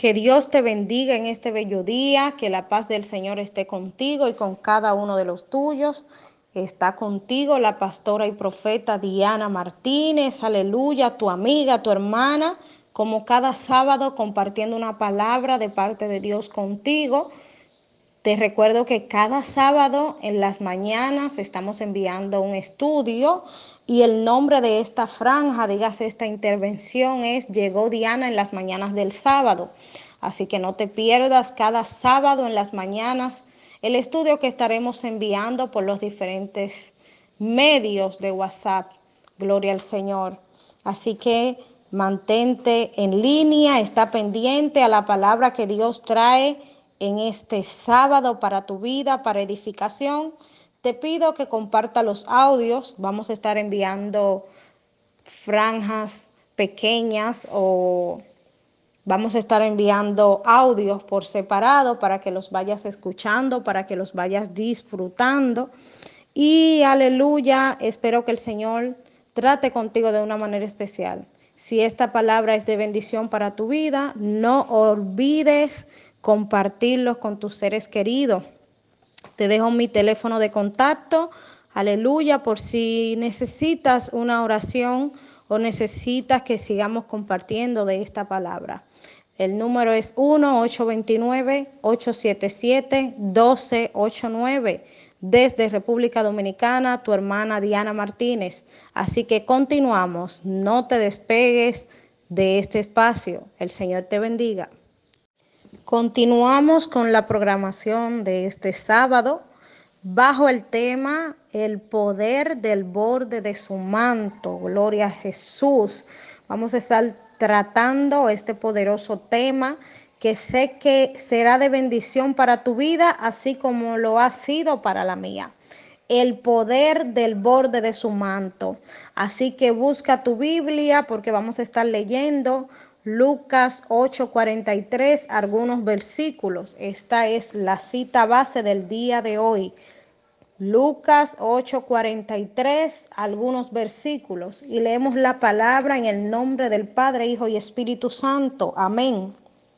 Que Dios te bendiga en este bello día, que la paz del Señor esté contigo y con cada uno de los tuyos. Está contigo la pastora y profeta Diana Martínez, aleluya, tu amiga, tu hermana, como cada sábado compartiendo una palabra de parte de Dios contigo. Te recuerdo que cada sábado en las mañanas estamos enviando un estudio y el nombre de esta franja, dígase esta intervención, es Llegó Diana en las mañanas del sábado. Así que no te pierdas cada sábado en las mañanas el estudio que estaremos enviando por los diferentes medios de WhatsApp. Gloria al Señor. Así que mantente en línea, está pendiente a la palabra que Dios trae en este sábado para tu vida, para edificación. Te pido que comparta los audios. Vamos a estar enviando franjas pequeñas o vamos a estar enviando audios por separado para que los vayas escuchando, para que los vayas disfrutando. Y aleluya, espero que el Señor trate contigo de una manera especial. Si esta palabra es de bendición para tu vida, no olvides compartirlos con tus seres queridos. Te dejo mi teléfono de contacto, aleluya, por si necesitas una oración o necesitas que sigamos compartiendo de esta palabra. El número es 1-829-877-1289 desde República Dominicana, tu hermana Diana Martínez. Así que continuamos, no te despegues de este espacio. El Señor te bendiga. Continuamos con la programación de este sábado bajo el tema El poder del borde de su manto. Gloria a Jesús. Vamos a estar tratando este poderoso tema que sé que será de bendición para tu vida, así como lo ha sido para la mía. El poder del borde de su manto. Así que busca tu Biblia porque vamos a estar leyendo Lucas 8:43, algunos versículos. Esta es la cita base del día de hoy. Lucas 8:43, algunos versículos. Y leemos la palabra en el nombre del Padre, Hijo y Espíritu Santo. Amén.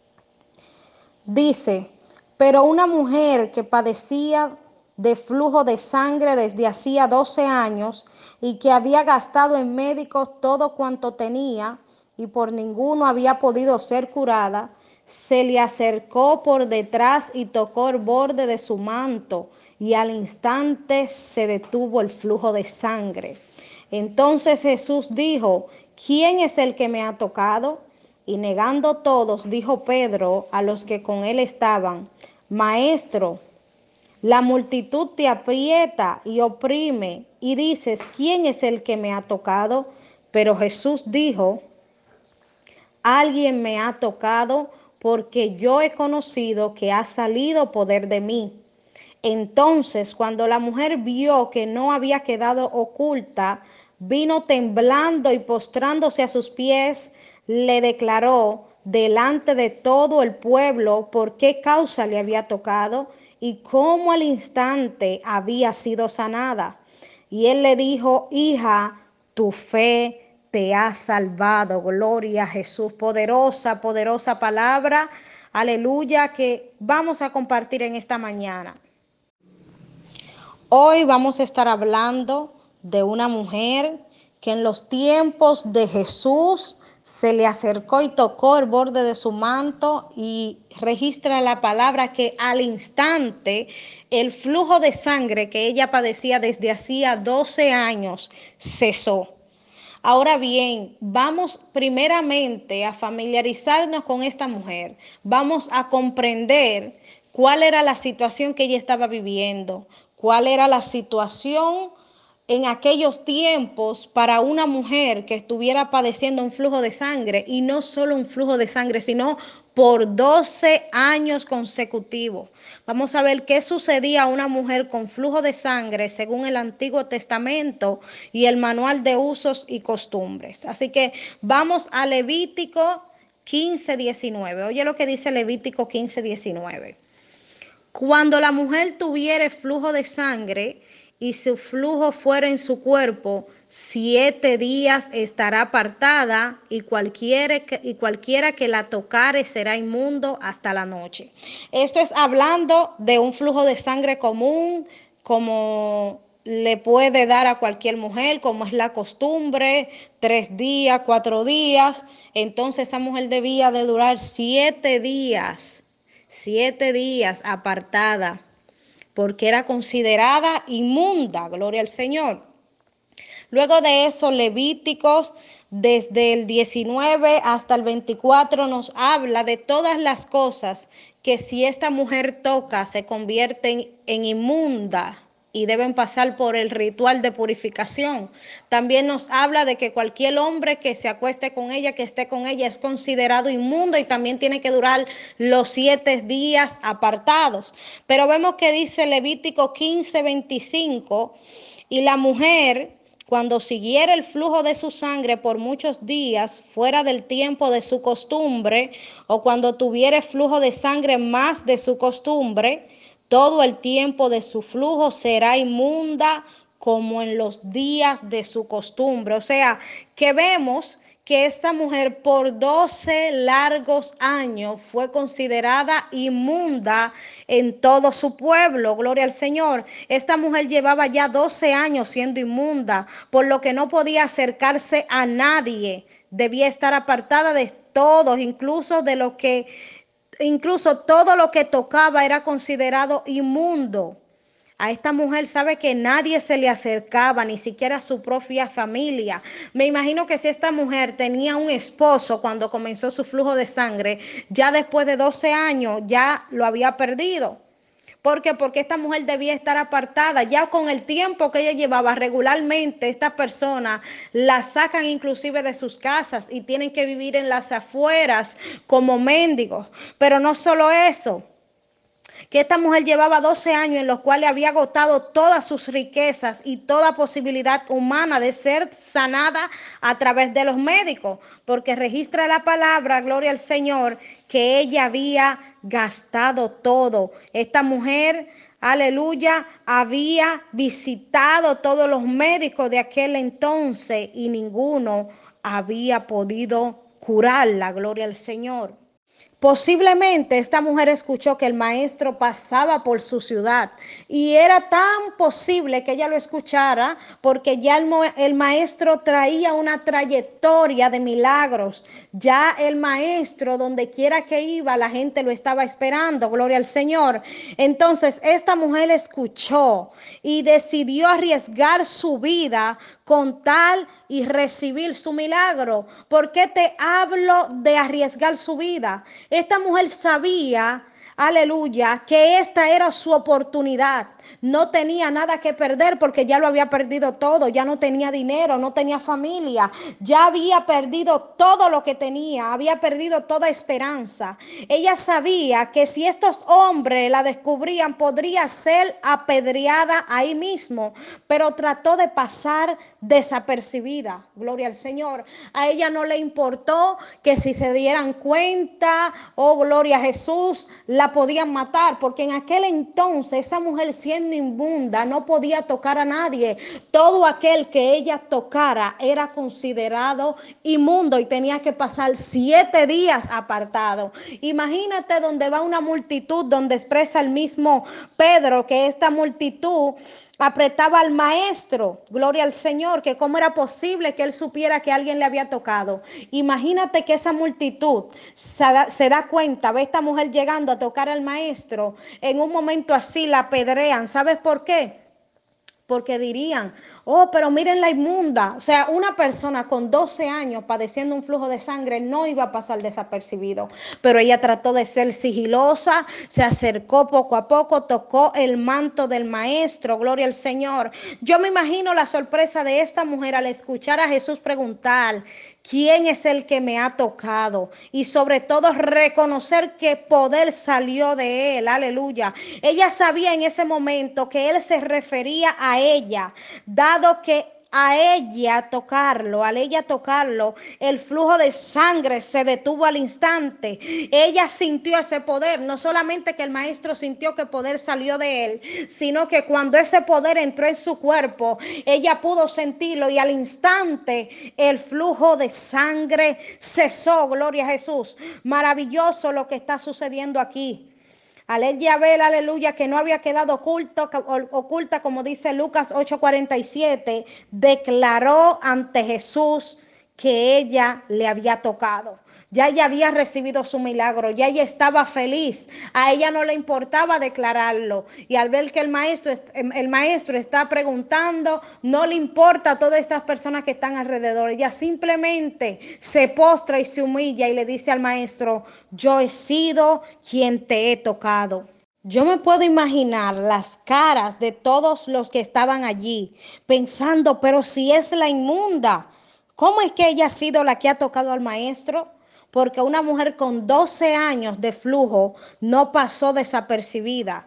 Dice, pero una mujer que padecía de flujo de sangre desde hacía 12 años y que había gastado en médicos todo cuanto tenía y por ninguno había podido ser curada, se le acercó por detrás y tocó el borde de su manto y al instante se detuvo el flujo de sangre. Entonces Jesús dijo, ¿quién es el que me ha tocado? Y negando todos, dijo Pedro a los que con él estaban, Maestro, la multitud te aprieta y oprime y dices, ¿quién es el que me ha tocado? Pero Jesús dijo, alguien me ha tocado porque yo he conocido que ha salido poder de mí. Entonces, cuando la mujer vio que no había quedado oculta, vino temblando y postrándose a sus pies, le declaró delante de todo el pueblo por qué causa le había tocado y cómo al instante había sido sanada. Y él le dijo, hija, tu fe te ha salvado. Gloria a Jesús. Poderosa, poderosa palabra. Aleluya, que vamos a compartir en esta mañana. Hoy vamos a estar hablando de una mujer que en los tiempos de Jesús se le acercó y tocó el borde de su manto y registra la palabra que al instante el flujo de sangre que ella padecía desde hacía 12 años cesó. Ahora bien, vamos primeramente a familiarizarnos con esta mujer. Vamos a comprender cuál era la situación que ella estaba viviendo, cuál era la situación en aquellos tiempos para una mujer que estuviera padeciendo un flujo de sangre, y no solo un flujo de sangre, sino por 12 años consecutivos. Vamos a ver qué sucedía a una mujer con flujo de sangre según el Antiguo Testamento y el Manual de Usos y Costumbres. Así que vamos a Levítico 15:19. Oye lo que dice Levítico 15:19. Cuando la mujer tuviere flujo de sangre y su flujo fuera en su cuerpo 7 días estará apartada y cualquiera que la tocare será inmundo hasta la noche. Esto es hablando de un flujo de sangre común, como le puede dar a cualquier mujer, como es la costumbre, 3 días, 4 días. Entonces esa mujer debía de durar 7 días, 7 días apartada, porque era considerada inmunda, gloria al Señor. Luego de eso, Levíticos, desde el 19 hasta el 24, nos habla de todas las cosas que si esta mujer toca se convierten en inmunda y deben pasar por el ritual de purificación. También nos habla de que cualquier hombre que se acueste con ella, que esté con ella, es considerado inmundo y también tiene que durar los 7 días apartados. Pero vemos que dice Levítico 15:25, y la mujer, cuando siguiera el flujo de su sangre por muchos días fuera del tiempo de su costumbre, o cuando tuviere flujo de sangre más de su costumbre, todo el tiempo de su flujo será inmunda como en los días de su costumbre. O sea, que vemos que esta mujer por 12 largos años fue considerada inmunda en todo su pueblo. Gloria al Señor. Esta mujer llevaba ya 12 años siendo inmunda, por lo que no podía acercarse a nadie. Debía estar apartada de todos, incluso todo lo que tocaba era considerado inmundo. A esta mujer sabe que nadie se le acercaba, ni siquiera su propia familia. Me imagino que si esta mujer tenía un esposo cuando comenzó su flujo de sangre, ya después de 12 años ya lo había perdido. ¿Por qué? Porque esta mujer debía estar apartada. Ya con el tiempo que ella llevaba regularmente, estas personas la sacan inclusive de sus casas y tienen que vivir en las afueras como mendigos. Pero no solo eso, que esta mujer llevaba 12 años en los cuales había agotado todas sus riquezas y toda posibilidad humana de ser sanada a través de los médicos, porque registra la palabra, gloria al Señor, que ella había gastado todo. Esta mujer, aleluya, había visitado todos los médicos de aquel entonces y ninguno había podido curarla, gloria al Señor. Posiblemente esta mujer escuchó que el maestro pasaba por su ciudad y era tan posible que ella lo escuchara porque ya el maestro traía una trayectoria de milagros. Ya el maestro, donde quiera que iba, la gente lo estaba esperando, gloria al Señor. Entonces esta mujer escuchó y decidió arriesgar su vida con tal y recibir su milagro. ¿Por qué te hablo de arriesgar su vida? Esta mujer sabía, aleluya, que esta era su oportunidad. No tenía nada que perder porque ya lo había perdido todo. Ya no tenía dinero, no tenía familia. Ya había perdido todo lo que tenía. Había perdido toda esperanza. Ella sabía que si estos hombres la descubrían, podría ser apedreada ahí mismo. Pero trató de pasar desapercibida. Gloria al Señor. A ella no le importó que si se dieran cuenta, oh gloria a Jesús, la podían matar, porque en aquel entonces esa mujer, siendo inmunda, no podía tocar a nadie. Todo aquel que ella tocara era considerado inmundo y tenía que pasar 7 días apartado. Imagínate donde va una multitud, donde expresa el mismo Pedro que esta multitud apretaba al maestro, gloria al Señor, que cómo era posible que él supiera que alguien le había tocado. Imagínate que esa multitud se da cuenta, ve a esta mujer llegando a tocar al maestro, en un momento así la apedrean. ¿Sabes por qué? Porque dirían, oh, pero miren la inmunda. O sea, una persona con 12 años padeciendo un flujo de sangre no iba a pasar desapercibido. Pero ella trató de ser sigilosa, se acercó poco a poco, tocó el manto del maestro, gloria al Señor. Yo me imagino la sorpresa de esta mujer al escuchar a Jesús preguntar, ¿quién es el que me ha tocado? Y sobre todo reconocer que poder salió de él. Aleluya. Ella sabía en ese momento que él se refería a ella, dado que al ella tocarlo, el flujo de sangre se detuvo al instante. Ella sintió ese poder, no solamente que el maestro sintió que el poder salió de él, sino que cuando ese poder entró en su cuerpo, ella pudo sentirlo y al instante el flujo de sangre cesó. Gloria a Jesús. Maravilloso lo que está sucediendo aquí. Al ella ver, aleluya, que no había quedado oculta, como dice Lucas 8:47, declaró ante Jesús que ella le había tocado. Ya ella había recibido su milagro, ya ella estaba feliz, a ella no le importaba declararlo. Y al ver que el maestro está preguntando, no le importa a todas estas personas que están alrededor. Ella simplemente se postra y se humilla y le dice al maestro: yo he sido quien te he tocado. Yo me puedo imaginar las caras de todos los que estaban allí, pensando, pero si es la inmunda, ¿cómo es que ella ha sido la que ha tocado al maestro? Porque una mujer con 12 años de flujo no pasó desapercibida,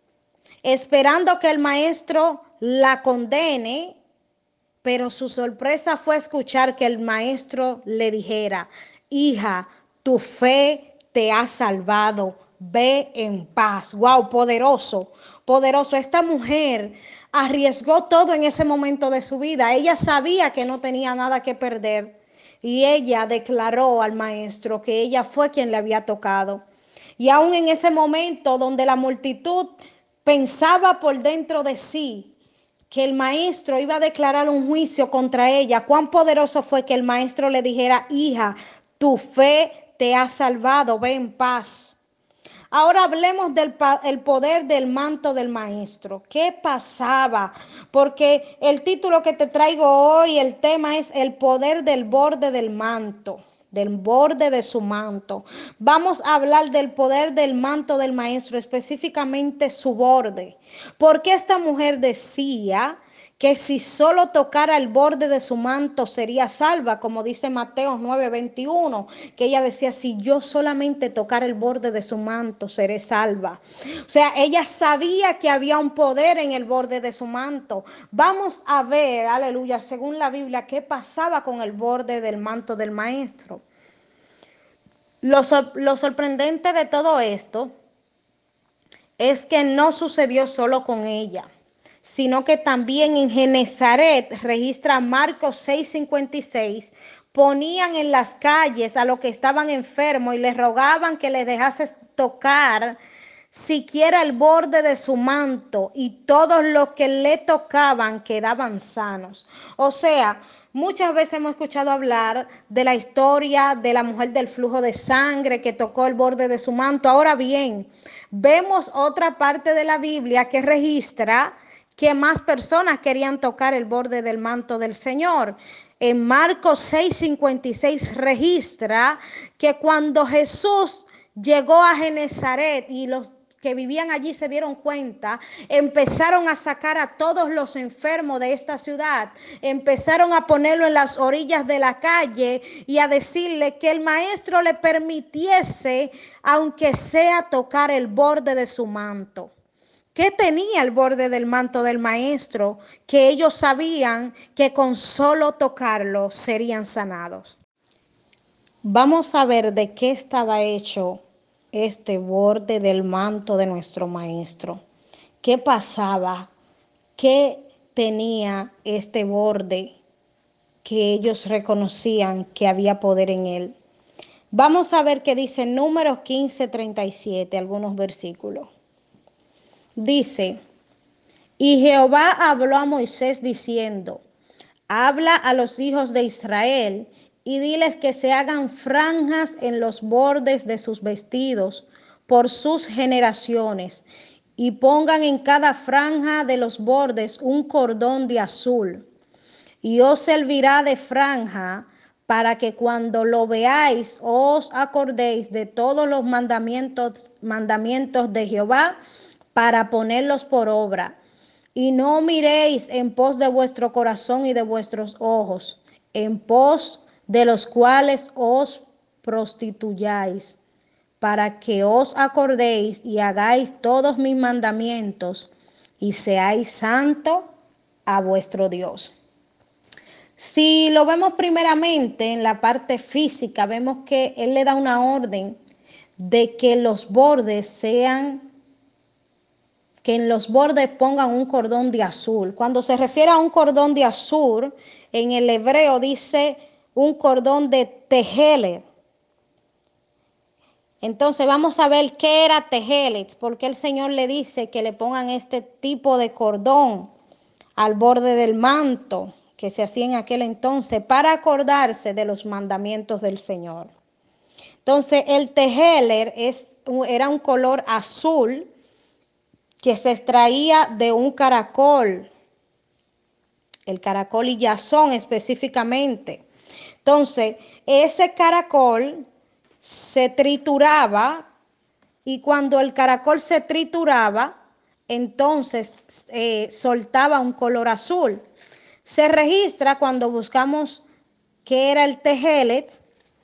esperando que el maestro la condene, pero su sorpresa fue escuchar que el maestro le dijera: hija, tu fe te ha salvado, ve en paz. Wow, poderoso, poderoso. Esta mujer arriesgó todo en ese momento de su vida. Ella sabía que no tenía nada que perder y ella declaró al maestro que ella fue quien le había tocado. Y aún en ese momento donde la multitud pensaba por dentro de sí que el maestro iba a declarar un juicio contra ella, cuán poderoso fue que el maestro le dijera: hija, tu fe te ha salvado, ve en paz. Ahora hablemos del el poder del manto del maestro. ¿Qué pasaba? Porque el título que te traigo hoy, el tema es el poder del borde del manto, del borde de su manto. Vamos a hablar del poder del manto del maestro, específicamente su borde. Porque esta mujer decía que si solo tocara el borde de su manto sería salva, como dice Mateo 9:21, que ella decía: si yo solamente tocara el borde de su manto seré salva. O sea, ella sabía que había un poder en el borde de su manto. Vamos a ver, aleluya, según la Biblia, qué pasaba con el borde del manto del maestro. Lo sorprendente de todo esto es que no sucedió solo con ella, sino que también en Genezaret, registra Marcos 6:56, ponían en las calles a los que estaban enfermos y les rogaban que les dejase tocar siquiera el borde de su manto, y todos los que le tocaban quedaban sanos. O sea, muchas veces hemos escuchado hablar de la historia de la mujer del flujo de sangre que tocó el borde de su manto. Ahora bien, vemos otra parte de la Biblia que registra que más personas querían tocar el borde del manto del Señor. En Marcos 6:56 registra que cuando Jesús llegó a Genezaret y los que vivían allí se dieron cuenta, empezaron a sacar a todos los enfermos de esta ciudad, empezaron a ponerlo en las orillas de la calle y a decirle que el maestro le permitiese, aunque sea, tocar el borde de su manto. ¿Qué tenía el borde del manto del maestro? Que ellos sabían que con solo tocarlo serían sanados. Vamos a ver de qué estaba hecho este borde del manto de nuestro maestro. ¿Qué pasaba? ¿Qué tenía este borde que ellos reconocían que había poder en él? Vamos a ver qué dice Números 15:37, algunos versículos. Dice: y Jehová habló a Moisés diciendo: habla a los hijos de Israel y diles que se hagan franjas en los bordes de sus vestidos por sus generaciones, y pongan en cada franja de los bordes un cordón de azul, y os servirá de franja para que cuando lo veáis os acordéis de todos los mandamientos de Jehová, para ponerlos por obra. Y no miréis en pos de vuestro corazón y de vuestros ojos, en pos de los cuales os prostituyáis, para que os acordéis y hagáis todos mis mandamientos y seáis santos a vuestro Dios. Si lo vemos primeramente en la parte física, vemos que él le da una orden de que los bordes sean, que en los bordes pongan un cordón de azul. Cuando se refiere a un cordón de azul, en el hebreo dice un cordón de tejelet. Entonces vamos a ver qué era tejelet, porque el Señor le dice que le pongan este tipo de cordón al borde del manto que se hacía en aquel entonces para acordarse de los mandamientos del Señor. Entonces el tejeler era un color azul que se extraía de un caracol, el caracol y yazón específicamente. Entonces ese caracol se trituraba y cuando el caracol se trituraba, entonces soltaba un color azul. Se registra cuando buscamos qué era el tejelet,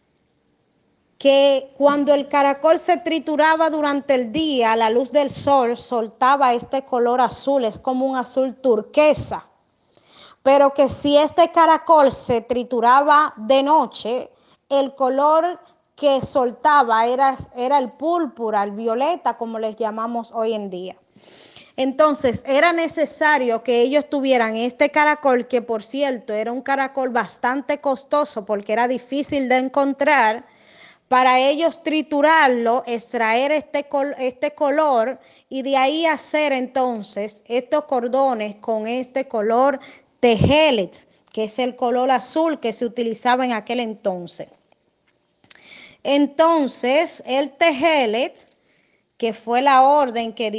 que cuando el caracol se trituraba durante el día, a la luz del sol soltaba este color azul, es como un azul turquesa. Pero que si este caracol se trituraba de noche, el color que soltaba era el púrpura, el violeta, como les llamamos hoy en día. Entonces era necesario que ellos tuvieran este caracol, que por cierto era un caracol bastante costoso porque era difícil de encontrar, para ellos triturarlo, extraer este color y de ahí hacer entonces estos cordones con este color tejelet, que es el color azul que se utilizaba en aquel entonces. Entonces el tejelet, que fue la orden que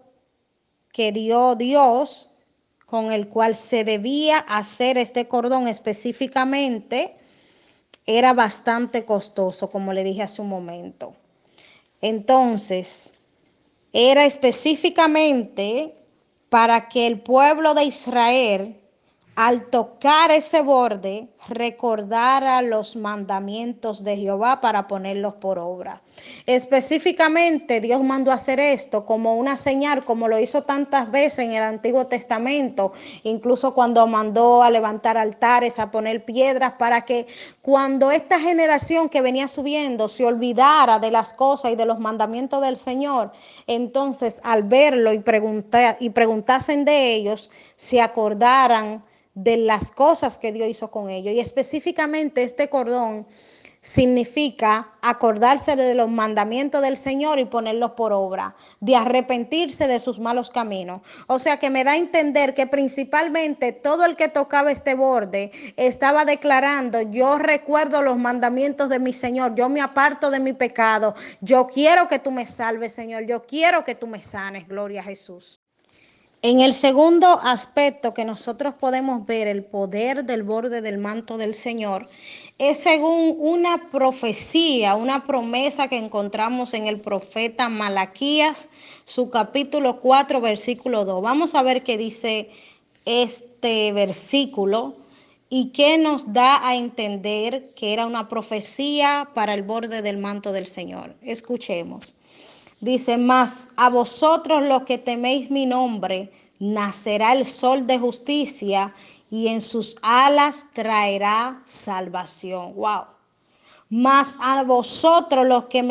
dio Dios, con el cual se debía hacer este cordón específicamente, era bastante costoso, como le dije hace un momento. Entonces, era específicamente para que el pueblo de Israel, al tocar ese borde, recordara los mandamientos de Jehová para ponerlos por obra. Específicamente, Dios mandó hacer esto como una señal, como lo hizo tantas veces en el Antiguo Testamento, incluso cuando mandó a levantar altares, a poner piedras, para que cuando esta generación que venía subiendo se olvidara de las cosas y de los mandamientos del Señor, entonces al verlo y preguntasen de ellos, se acordaran de las cosas que Dios hizo con ellos. Y específicamente este cordón significa acordarse de los mandamientos del Señor y ponerlos por obra, de arrepentirse de sus malos caminos. O sea que me da a entender que principalmente todo el que tocaba este borde estaba declarando: yo recuerdo los mandamientos de mi Señor, yo me aparto de mi pecado, yo quiero que tú me salves, Señor, yo quiero que tú me sanes, gloria a Jesús. En el segundo aspecto que nosotros podemos ver el poder del borde del manto del Señor es según una profecía, una promesa que encontramos en el profeta Malaquías, su capítulo 4, versículo 2. Vamos a ver qué dice este versículo y qué nos da a entender que era una profecía para el borde del manto del Señor. Escuchemos. Dice: mas a vosotros los que teméis mi nombre, nacerá el sol de justicia y en sus alas traerá salvación. Wow. Mas a vosotros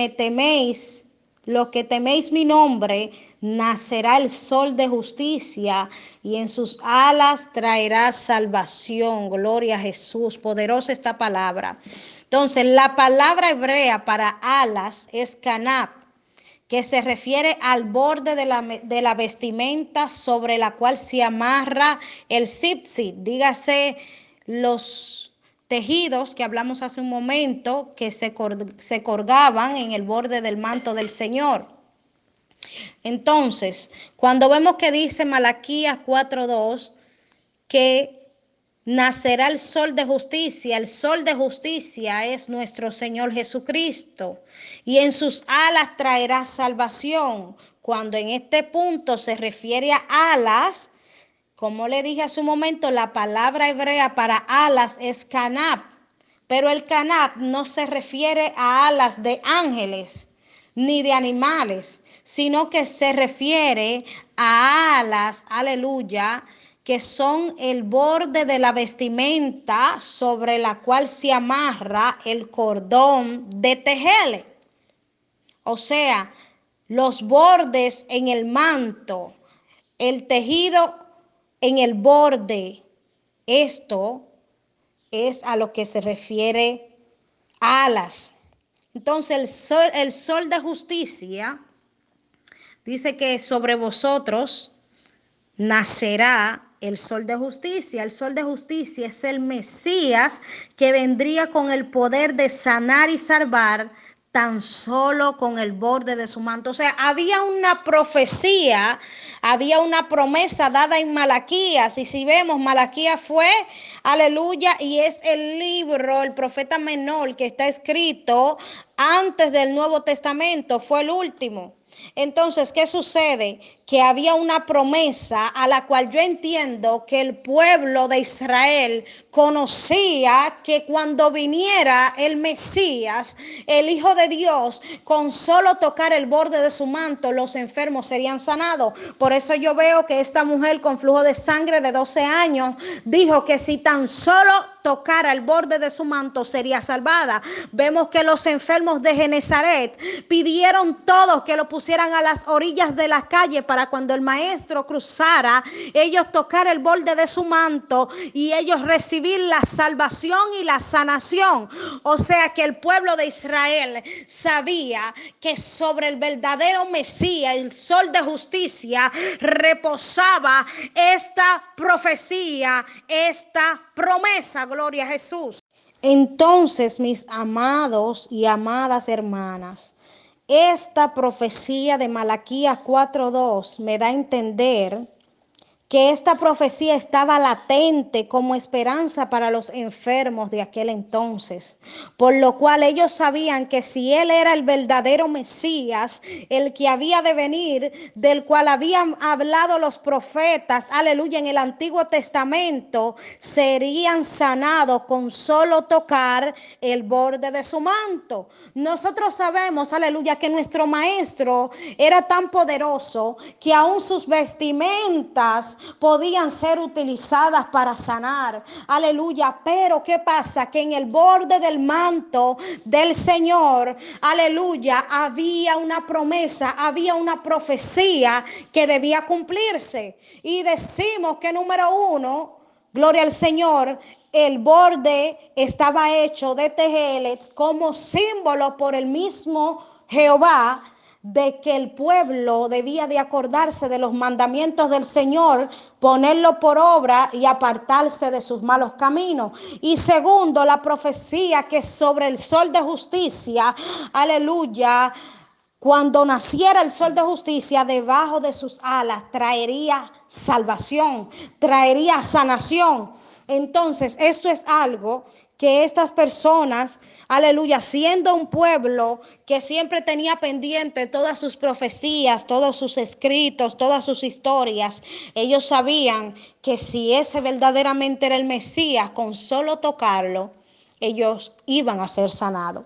los que teméis mi nombre, nacerá el sol de justicia y en sus alas traerá salvación. Gloria a Jesús. Poderosa esta palabra. Entonces, la palabra hebrea para alas es canap, que se refiere al borde de la vestimenta sobre la cual se amarra el zipzip, dígase los tejidos que hablamos hace un momento, que se colgaban en el borde del manto del Señor. Entonces, cuando vemos que dice Malaquías 4:2, que nacerá el sol de justicia. El sol de justicia es nuestro Señor Jesucristo. Y en sus alas traerá salvación. Cuando en este punto se refiere a alas, como le dije hace un momento, la palabra hebrea para alas es canap. Pero el canap no se refiere a alas de ángeles ni de animales, sino que se refiere a alas, aleluya, que son el borde de la vestimenta sobre la cual se amarra el cordón de tejer. O sea, los bordes en el manto, el tejido en el borde. Esto es a lo que se refiere alas. Entonces el sol de justicia dice que sobre vosotros nacerá el sol de justicia. El sol de justicia es el Mesías que vendría con el poder de sanar y salvar tan solo con el borde de su manto. O sea, había una profecía, había una promesa dada en Malaquías. Y si vemos, Malaquías fue, aleluya, y es el libro, el profeta menor que está escrito antes del Nuevo Testamento, fue el último. Entonces, ¿qué sucede? Que había una promesa a la cual yo entiendo que el pueblo de Israel conocía que cuando viniera el Mesías, el Hijo de Dios, con solo tocar el borde de su manto, los enfermos serían sanados. Por eso yo veo que esta mujer con flujo de sangre de 12 años dijo que si tan solo tocara el borde de su manto sería salvada. Vemos que los enfermos de Genezaret pidieron todos que lo pusieran a las orillas de la calle para cuando el maestro cruzara, ellos tocar el borde de su manto y ellos recibir la salvación y la sanación. O sea que el pueblo de Israel sabía que sobre el verdadero Mesías, el sol de justicia, reposaba esta profecía, esta promesa. Gloria a Jesús. Entonces, mis amados y amadas hermanas, esta profecía de Malaquías 4:2 me da a entender que esta profecía estaba latente como esperanza para los enfermos de aquel entonces, por lo cual ellos sabían que si él era el verdadero Mesías, el que había de venir, del cual habían hablado los profetas, aleluya, en el Antiguo Testamento, serían sanados con solo tocar el borde de su manto. Nosotros sabemos, aleluya, que nuestro maestro era tan poderoso que aún sus vestimentas podían ser utilizadas para sanar, aleluya. Pero ¿qué pasa? Que en el borde del manto del Señor, aleluya, había una promesa, había una profecía que debía cumplirse. Y decimos que número uno, gloria al Señor, el borde estaba hecho de tejeles como símbolo por el mismo Jehová de que el pueblo debía de acordarse de los mandamientos del Señor, ponerlo por obra y apartarse de sus malos caminos. Y segundo, la profecía que sobre el sol de justicia, aleluya, cuando naciera el sol de justicia, debajo de sus alas traería salvación, traería sanación. Entonces, esto es algo que estas personas, aleluya, siendo un pueblo que siempre tenía pendiente todas sus profecías, todos sus escritos, todas sus historias, ellos sabían que si ese verdaderamente era el Mesías, con solo tocarlo, ellos iban a ser sanados.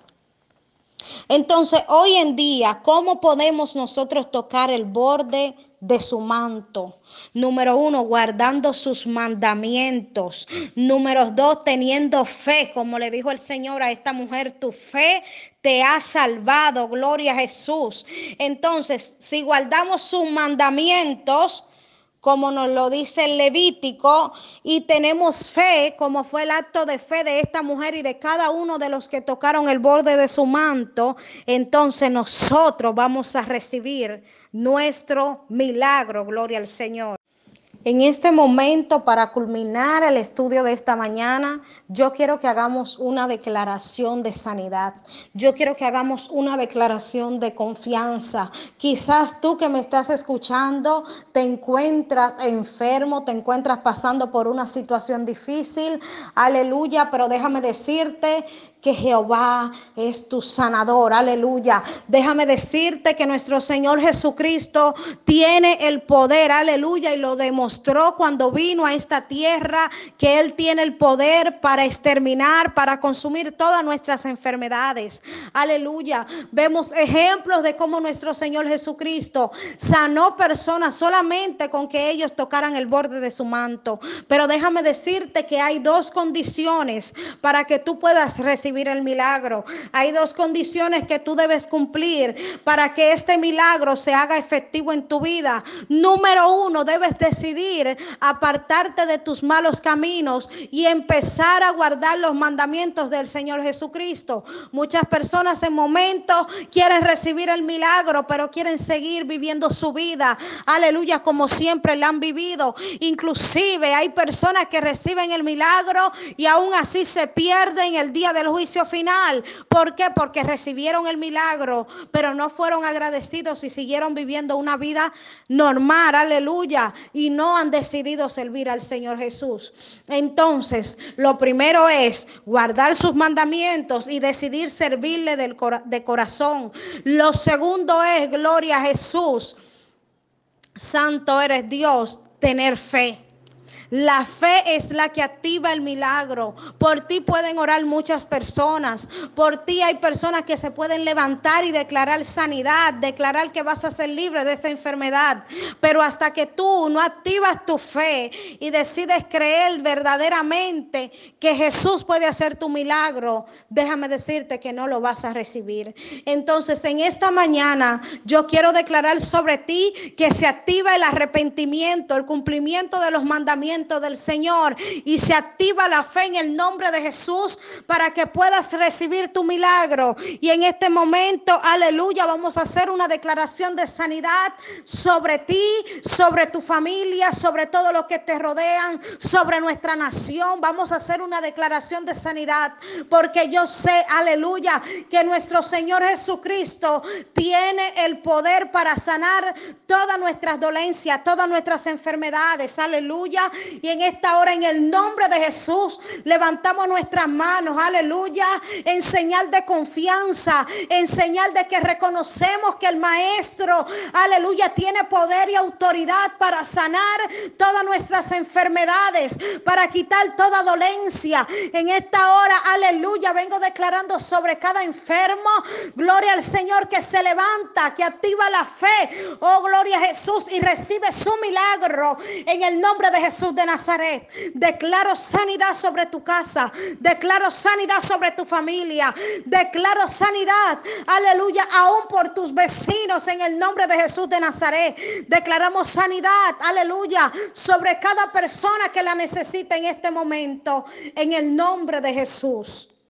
Entonces, hoy en día, ¿cómo podemos nosotros tocar el borde de su manto? Número uno, guardando sus mandamientos. Número dos, teniendo fe, como le dijo el Señor a esta mujer, tu fe te ha salvado, gloria a Jesús. Entonces, si guardamos sus mandamientos, como nos lo dice el Levítico, y tenemos fe, como fue el acto de fe de esta mujer y de cada uno de los que tocaron el borde de su manto, entonces nosotros vamos a recibir nuestro milagro, gloria al Señor. En este momento, para culminar el estudio de esta mañana, yo quiero que hagamos una declaración de sanidad. Yo quiero que hagamos una declaración de confianza. Quizás tú que me estás escuchando te encuentras enfermo, te encuentras pasando por una situación difícil. Aleluya, pero déjame decirte que Jehová es tu sanador. Aleluya. Déjame decirte que nuestro Señor Jesucristo tiene el poder. Aleluya. Y lo demostró cuando vino a esta tierra, que Él tiene el poder para exterminar, para consumir todas nuestras enfermedades. Aleluya. Vemos ejemplos de cómo nuestro Señor Jesucristo sanó personas solamente con que ellos tocaran el borde de su manto. Pero déjame decirte que hay dos condiciones para que tú puedas recibir el milagro. Hay dos condiciones que tú debes cumplir para que este milagro se haga efectivo en tu vida. Número uno, debes decidir apartarte de tus malos caminos y empezar a guardar los mandamientos del Señor Jesucristo. Muchas personas en momentos quieren recibir el milagro, pero quieren seguir viviendo su vida, aleluya, como siempre la han vivido. Inclusive hay personas que reciben el milagro y aún así se pierden el día del juicio final. ¿Por qué? Porque recibieron el milagro, pero no fueron agradecidos y siguieron viviendo una vida normal, aleluya, y no han decidido servir al Señor Jesús. Entonces, lo primero es guardar sus mandamientos y decidir servirle de corazón. Lo segundo es, gloria a Jesús, santo eres Dios, tener fe. La fe es la que activa el milagro. Por ti pueden orar muchas personas. Por ti hay personas que se pueden levantar y declarar sanidad, declarar que vas a ser libre de esa enfermedad. Pero hasta que tú no activas tu fe y decides creer verdaderamente que Jesús puede hacer tu milagro, déjame decirte que no lo vas a recibir. Entonces, en esta mañana yo quiero declarar sobre ti que se activa el arrepentimiento, el cumplimiento de los mandamientos del Señor, y se activa la fe en el nombre de Jesús para que puedas recibir tu milagro. Y en este momento, aleluya, vamos a hacer una declaración de sanidad sobre ti, sobre tu familia, sobre todo los que te rodean, sobre nuestra nación. Vamos a hacer una declaración de sanidad, porque yo sé, aleluya, que nuestro Señor Jesucristo tiene el poder para sanar todas nuestras dolencias, todas nuestras enfermedades, aleluya. Y en esta hora, en el nombre de Jesús, levantamos nuestras manos, aleluya, en señal de confianza, en señal de que reconocemos que el Maestro, aleluya, tiene poder y autoridad para sanar todas nuestras enfermedades, para quitar toda dolencia. En esta hora, aleluya, vengo declarando sobre cada enfermo, gloria al Señor, que se levanta, que activa la fe, oh gloria a Jesús, y recibe su milagro en el nombre de Jesús de Nazaret. Declaro sanidad sobre tu casa, declaro sanidad sobre tu familia, declaro sanidad, aleluya, aún por tus vecinos en el nombre de Jesús de Nazaret. Declaramos sanidad, aleluya, sobre cada persona que la necesita en este momento, en el nombre de Jesús.